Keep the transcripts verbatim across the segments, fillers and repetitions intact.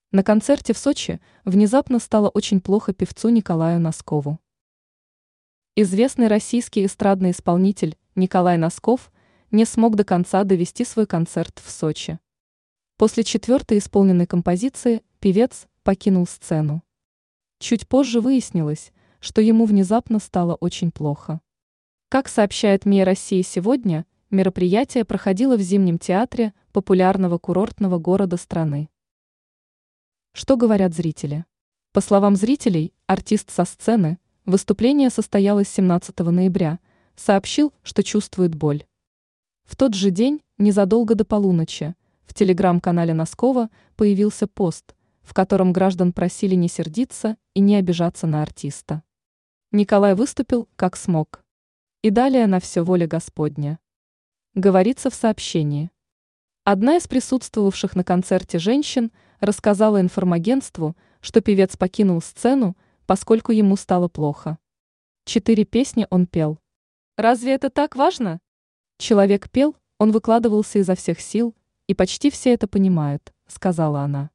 На концерте в Сочи внезапно стало очень плохо певцу Николаю Носкову. Известный российский эстрадный исполнитель Николай Носков не смог до конца довести свой концерт в Сочи. После четвертой исполненной композиции певец покинул сцену. Чуть позже выяснилось, что ему внезапно стало очень плохо. Как сообщает МИА России сегодня, мероприятие проходило в Зимнем театре популярного курортного города страны. Что говорят зрители? По словам зрителей, артист со сцены, выступление состоялось семнадцатого ноября, сообщил, что чувствует боль. В тот же день, незадолго до полуночи, в телеграм-канале Носкова появился пост, в котором граждан просили не сердиться и не обижаться на артиста. Николай выступил как смог. И далее на все воля Господня. Говорится в сообщении. Одна из присутствовавших на концерте женщин рассказала информагентству, что певец покинул сцену, поскольку ему стало плохо. Четыре песни он пел. Разве это так важно? Человек пел, он выкладывался изо всех сил, и почти все это понимают, сказала она.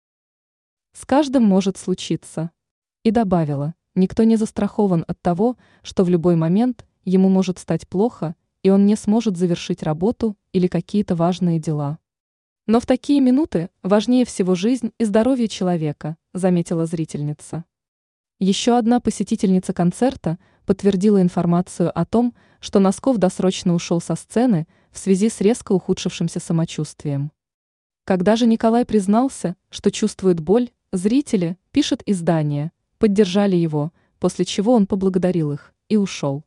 С каждым может случиться. И добавила, никто не застрахован от того, что в любой момент ему может стать плохо, и он не сможет завершить работу или какие-то важные дела. Но в такие минуты важнее всего жизнь и здоровье человека, заметила зрительница. Еще одна посетительница концерта подтвердила информацию о том, что Носков досрочно ушел со сцены в связи с резко ухудшившимся самочувствием. Когда же Николай признался, что чувствует боль, зрители, пишет издание, поддержали его, после чего он поблагодарил их и ушел.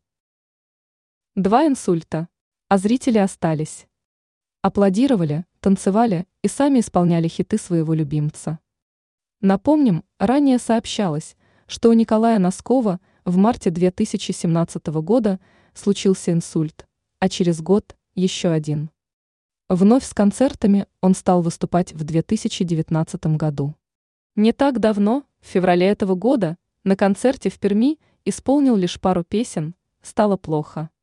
Два инсульта, а зрители остались. Аплодировали, танцевали и сами исполняли хиты своего любимца. Напомним, ранее сообщалось, что у Николая Носкова в марте две тысячи семнадцатого года случился инсульт, а через год еще один. Вновь с концертами он стал выступать в две тысячи девятнадцатом году. Не так давно, в феврале этого года, на концерте в Перми исполнил лишь пару песен «Стало плохо».